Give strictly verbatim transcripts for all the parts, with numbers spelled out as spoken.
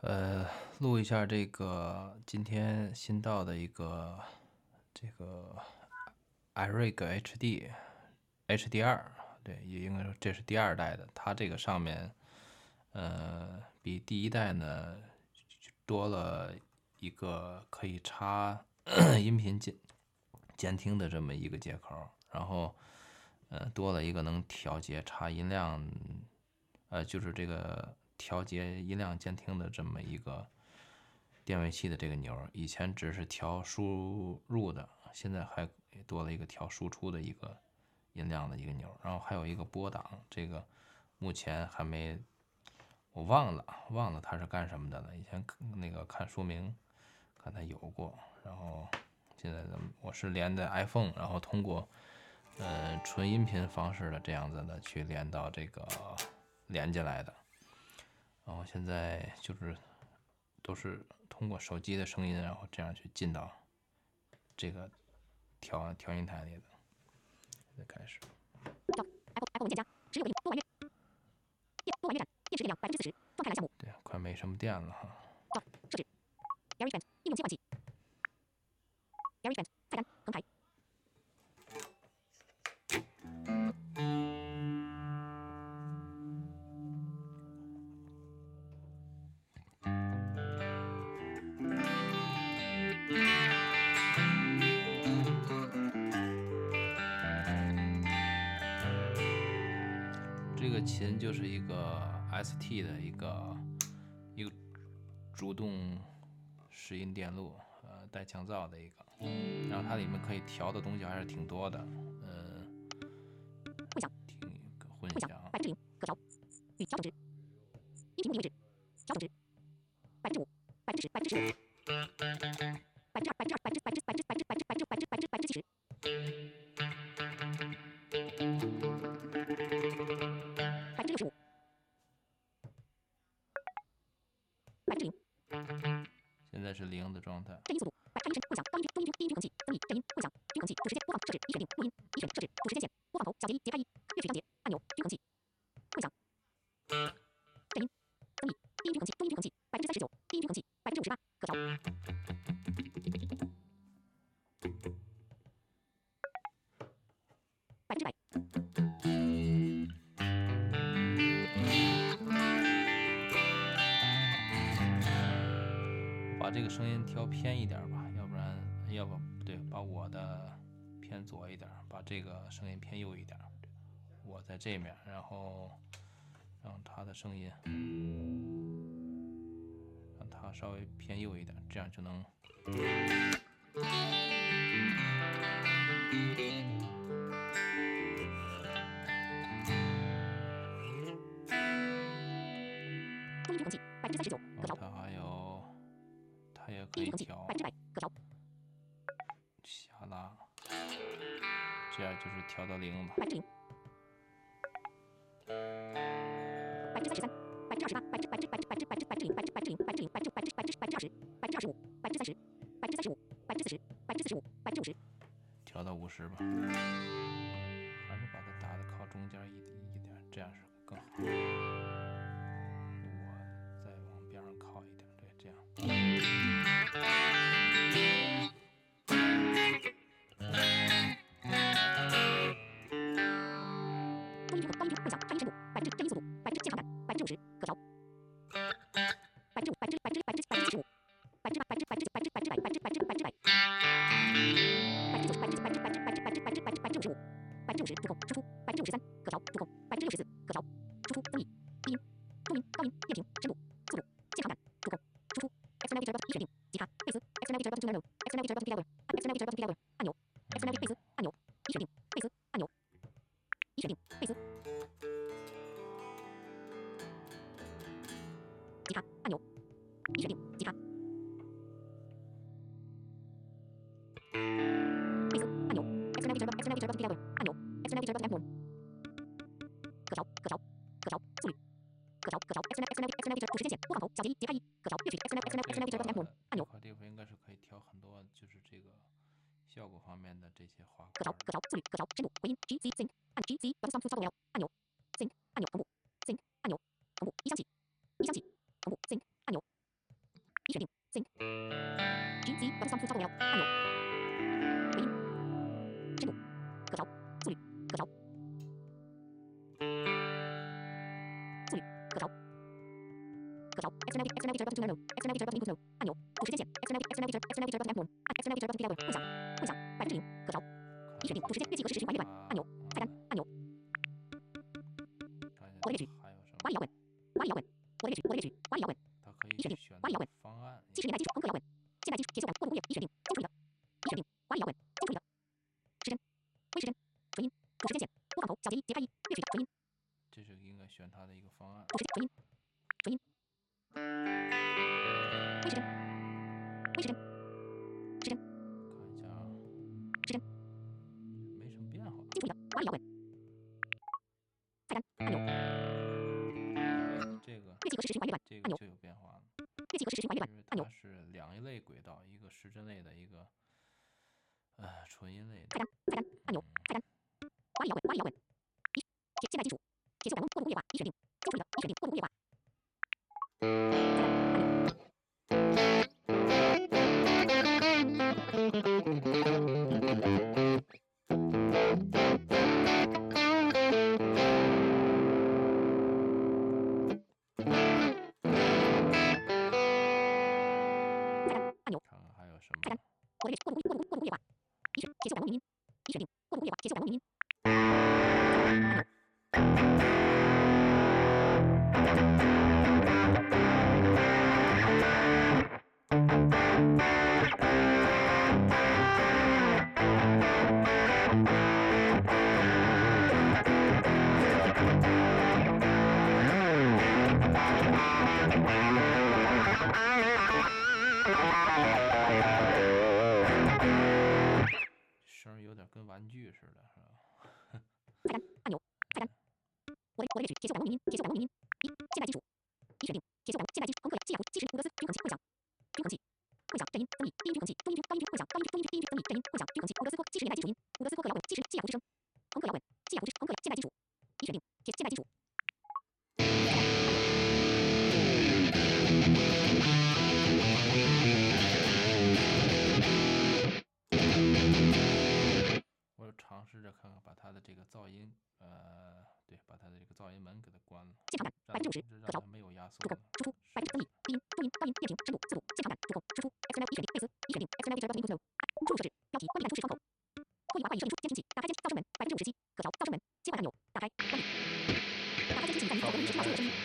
呃，录一下这个今天新到的一个这个 iRig H D H D 二，对，也应该说这是第二代的。它这个上面，呃，比第一代呢多了一个可以插音频监监听的这么一个接口，然后，呃，多了一个能调节插音量。呃，就是这个调节音量监听的这么一个电位器的这个钮，以前只是调输入的，现在还多了一个调输出的一个音量的一个钮，然后还有一个波档，这个目前还没，我忘了忘了它是干什么的了。以前那个看说明看它有过，然后现在我是连的 iPhone， 然后通过呃纯音频方式的这样子的去连到这个。连进来的，然后现在就是都是通过手机的声音，然后这样去进到这个调调音台里的。再开始。 Apple 文件夹十六个应用多完阅电多完阅展电池电量百分之四十状态栏项目。 对，快没什么电了哈。 设置 GarageBand 应用切换器 GarageBand 菜单横排。 这个琴就是一个 S T 的一个一个主动拾音电路，呃，带降噪的一个，然后它里面可以调的东西还是挺多的，呃， 混响听一个混响， 百分之零可调与调整值音频目的位置调整值百分之五百分之十百分之十五百分之二百分之二百分之百分之百分之百分之百分之百分之百分之百分之百分之七十百分之六十五百分之零。 现在是零的状态。 震音速度百开音声混响高音均中音均低音均衡器增益震音混响均衡器主时间播放设置已选定录音已选设置主时间线播放头小节一节拍一乐曲章节按钮均衡器混响震音增益低音均衡器中音均衡器百分之三十九低音均衡器百分之五十八可调百分之百。 把这个声音调偏一点吧，要不然要不对，把我的偏左一点，把这个声音偏右一点。我在这面，然后让他的声音让他稍微偏右一点，这样就能。 中音均衡器百分之三十九可调。 它还有，它也可以低音均衡器调百分之百可调。 下拉，这样就是调到零吧。 百分之零。百分之三十三，百分之二十八，百分之百分之百分之百分之百分之百分之零，百分之百分之零，百分之零，百分之百分之百分之百分之二十，百分之二十五，百分之三十，百分之三十五，百分之四十，百分之四十五，百分之五十。 调到五十吧，还是把它打的靠中间一一点，这样是更好。我再往边上靠一点，对，这样。 中音均衡高音均混响差音深度百分之震音速度百分之键盘感百分之五十可调。百分之五百分之百分之百分之百分之七十五，百分之八百分之百分之百分之百分之百百分之百分之百分之百。百分之九十百分之百分之百分之百分之百分之百分之百分之百分之五十五，百分之五十主控输出百分之五十三可调主控百分之六十四可调输出增益低音中音高音变频深度速度键盘感主控输出 external feature button 已选定吉他贝斯 external feature button to level external feature button to level external feature button to level 按钮 external 贝斯按钮已选定贝斯按钮已选定贝斯吉他按钮已选定吉他贝斯按钮 external feature button external feature button to level 按钮 external feature button amp 可调可调可调速率可调可调 external external external feature 主时间线播放头小节一节拍一可调乐曲 external external external feature button amp 按钮。 这回应该是可以调很多，就是这个效果方面的这些滑可调可调速率可调深度回音 G C sync 按 G C button sound to sound well 按钮 sync 按钮同步 sync 按钮同步音箱器音箱器同步 sync 按钮可调。可调。External external feature button to learn node. External feature button input node. 按钮。主时间线。External external feature external feature button app mode. External feature button feedback mode. 共享。共享。百分之零。可调。已确定。主时间。乐器和实时循环乐段。按钮。菜单。按钮。我的乐曲。华语摇滚。华语摇滚。我的乐曲。我的乐曲。华语摇滚。已确定。华语摇滚。七十年代基础朋克摇滚。现代基础节奏感过渡工业。已确定。中处理的。已确定。华语摇滚。中处理的。时针。微时针。纯音。主时间线。播放头。小节一。节拍一。乐曲。纯音。 这是应该选它的一个方案。 主时间。纯音。纯音。微时针。微时针。时针。 看一下啊。 时针。 没什么变化。 精处理的。华语摇滚。菜单。按钮。 这个乐器和实时循环乐段。按钮。 这个就有变化了。 乐器和实时循环乐段。按钮。 它是两一类轨道，一个时针类的，一个呃纯音类的。 菜单。菜单。按钮。菜单。华语摇滚。华语摇滚。一。现代基础。节奏感过渡工业化。已确定。中处理的。已确定。过渡工业化。菜单。按钮。 看看还有什么？ 菜单。我的乐曲。过渡过渡过渡工业化。已确节奏感农民音。已确定。过渡工业化。节奏感农民音。 声有点跟玩具似的，是吧？ 菜单。按钮。菜单。我的我的乐曲。节奏感农民音。节奏感农民音。一。现代基础。已确定。节奏感现代基础朋克摇。西雅图。七十。伍德斯。均衡器。共享。均衡器。共享。振音。增益。低音均衡器。中音均。高音均。共享。高音均。中音均。低音均。增益。振音。共享。均衡器。伍德斯托。七十年代基础音。伍德斯托克摇滚。七十。西雅图之声。朋克摇滚。西雅图之朋克摇。现代基础。已确定。节现代基础。 我尝试着看看，把它的这个噪音，呃，对，把它的这个噪音门给它关了。 现场感百分之五十。可调。 没有压缩。 主控。输出。百分之增益。低音。中音。高音。变频。深度。字母。现场感。主控。输出。External 已确定。贝斯。已确定。External feature button input node。输入设置。标题。关闭弹出视窗口。拖移滑话语设定出监听器。打开监噪声门。百分之五十七。可调。噪声门。切换按钮。打开。关闭。打开监听器。在你口和你十秒钟的声音。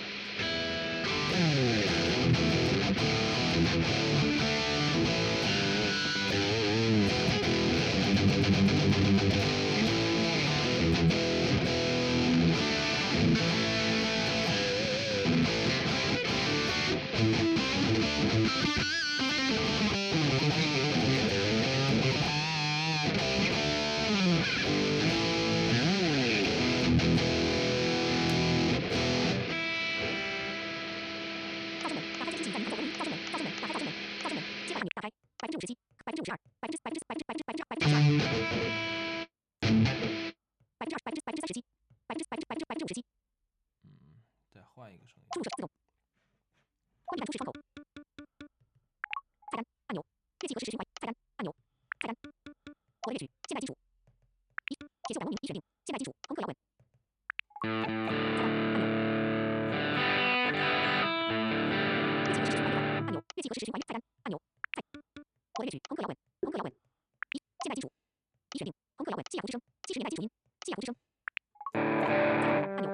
噪声门。打开监听器。在你口和你噪声门。噪声门。打开噪声门。噪声门。切换按钮。打开。百分之五十七。百分之五十二。百分之百分之百分之百分之百分之百分之二十二。百分之二。百分之百分之三十七。百分之百分之百分之百分之五十七。 嗯，再换一个声音。 输入设自动。关闭弹出视窗口。菜单。按钮。乐器和实时循环。菜单。按钮。菜单。我的乐曲。现代基础。一。节奏感农民。已确定。现代基础。朋克摇滚。菜单。按钮。乐器和实时循环乐段。按钮。乐器和实时循环乐。菜单。按钮。菜。我的乐曲。朋克摇滚。朋克摇滚。一。现代基础。已确定。朋克摇滚。西雅图之声。七十年代基础音。西雅图之声。菜单。按钮。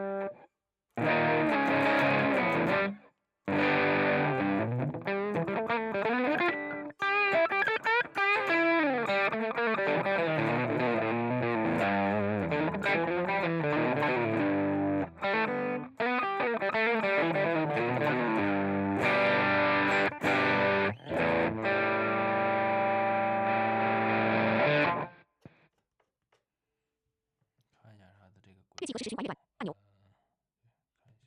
看一下它的这个轨道。 乐器和实时循环乐段。按钮。 看一下。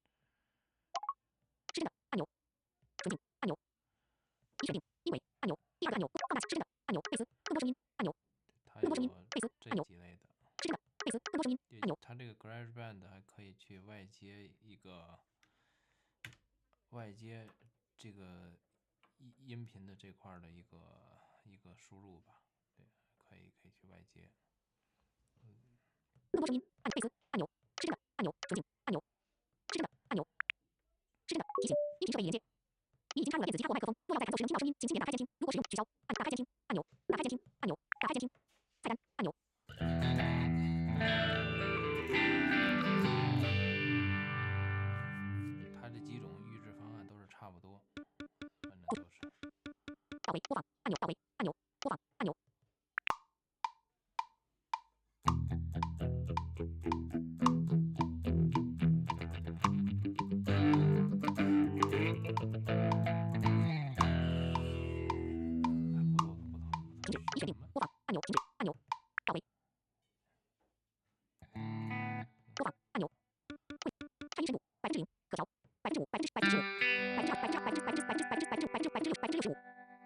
时针的。按钮。纯净。按钮。已确定。音轨。按钮。第二个按钮。放大时针的。按钮。贝斯。更多声音。按钮。更多声音。贝斯。按钮。 这几类的。 时针的。贝斯。更多声音。按钮。 它这个 GarageBand 还可以去外接一个外接这个音音频的这块的一个一个输入吧，对，可以可以去外接。嗯。 更多声音。按贝斯。按钮。时针的。按钮。纯净。按钮。时针的。按钮。 入了电子吉他或麦克风，若要再感受时能听到声音，请轻点打开键轻。如果使用取消，按打开键轻按钮，打开键轻按钮，打开键轻，菜单按钮。 它这几种预制方案都是差不多，反正都是。 到位播放按钮，到位按钮，播放按钮。停止，已决定。播放按钮，停止按钮，到位。播放按钮。会差音深度百分之零，可调百分之五，百分之百分之十五，百分之二，百分之二，百分之百分之百分之百分之百分之百分之百分之六，百分之六十五，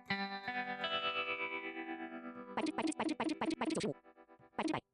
百分之百分之百分之百分之百分之百分之九十五，百分之百。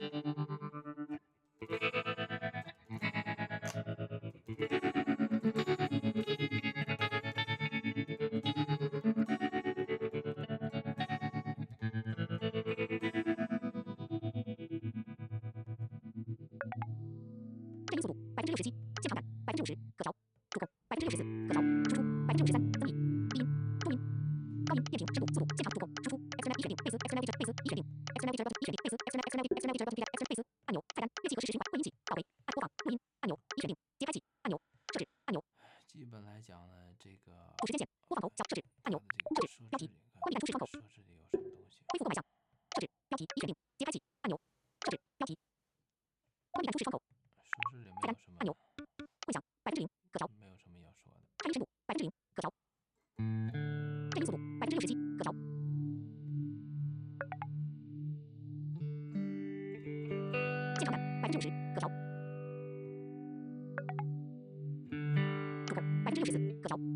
振音速度百分之六十七，现场感百分之五十，可调。主控百分之六十四，可调。输出百分之五十三，增益。低音、中音、高音、变频、深度、速度，现场主控。输出 external 已决定，贝斯 external 贝斯已决定 external 已决定，贝斯 external external external external 贝斯按钮，菜单乐器格式实时缓混音器到位，按播放录音按钮已决定，节拍器按钮，设置按钮。 基本来讲呢，这个主时间线播放头小设置按钮，设置标题关闭弹出视窗口， 设置里有什么东西？ 恢复动脉项设置标题已决定，节拍器按钮设置标题关闭弹出视窗口， 设置里没菜单有什么按钮混响百分之零可调， 没有什么要说的。 差音深度百分之零可调，振音速度百分之六十七可调，现场感百分之五十可调，主控百分之六十四可调，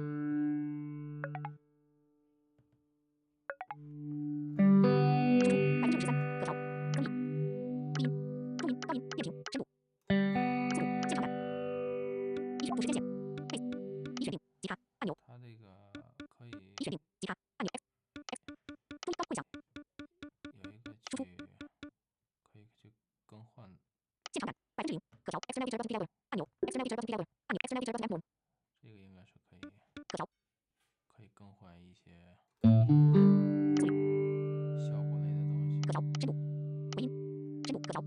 输出百分之五十三可调，增益。低音、中音、高音、变频、深度、速度，现场感。一主时间线，贝斯，已决定，吉他按钮， 它这个可以已决定，吉他按钮 X X，中音高混响， 有一个去可以去更换， 现场感百分之零可调 external visual button level 按钮 external visual button level 按钮 external visual button level 这个应该是可以可调， 可以更换一些速率效果类的东西。 可调，深度，回音，深度可调，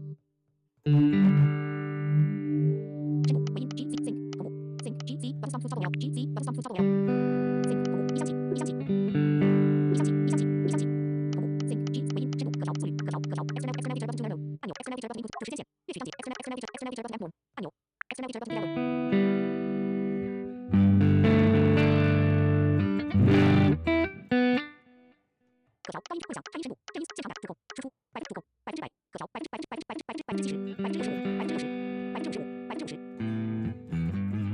深度回音 G Z sync 同步 sync G Z button sound to toggle L G Z button sound to toggle L sync 同步，一箱气一箱气一箱气一箱气一箱气同步 sync G 回音深度可调，速率可调可调 external external visual button level 按钮 external visual button input 主时间线乐曲章节 external external visual external visual button level 按钮 external visual button level。可调高音混响差音深度振音现场感主控输出百主控百分之百可调百分之百分之百分之百分之百分之百分之七十百分之六十五百分之六十百分之五十五百分之五十。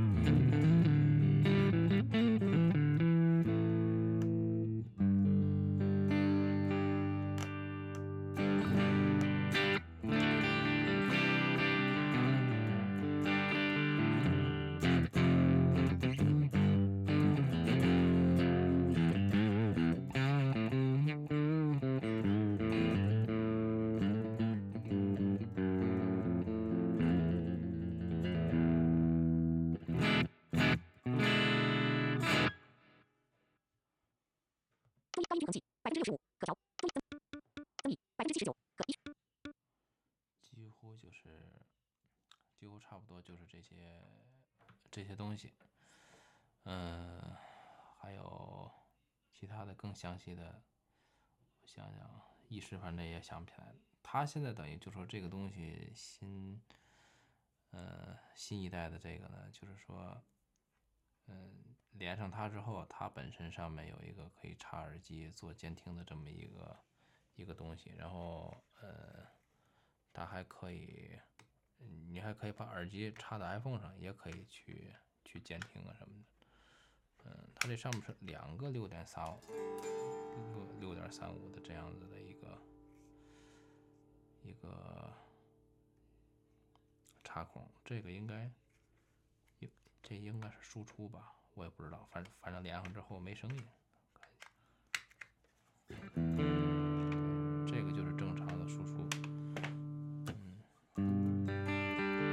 中音高音均衡器百分之六十五可调，中音增增益百分之七十九可一。 几乎就是几乎差不多就是这些这些东西。嗯，还有其他的更详细的，我想想，一时反正也想不起来了。他现在等于就说这个东西新，呃，新一代的这个呢，就是说，嗯，连上它之后，它本身上面有一个可以插耳机做监听的这么一个一个东西，然后呃，它还可以，你还可以把耳机插到 iPhone 上，也可以去去监听啊什么的。嗯，它这上面是两个六点三五、六六点三五的这样子的一个一个插孔，这个应该这应该是输出吧，我也不知道，反正反正连上之后没声音。这个就是正常的输出。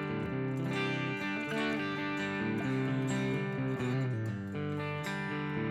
嗯。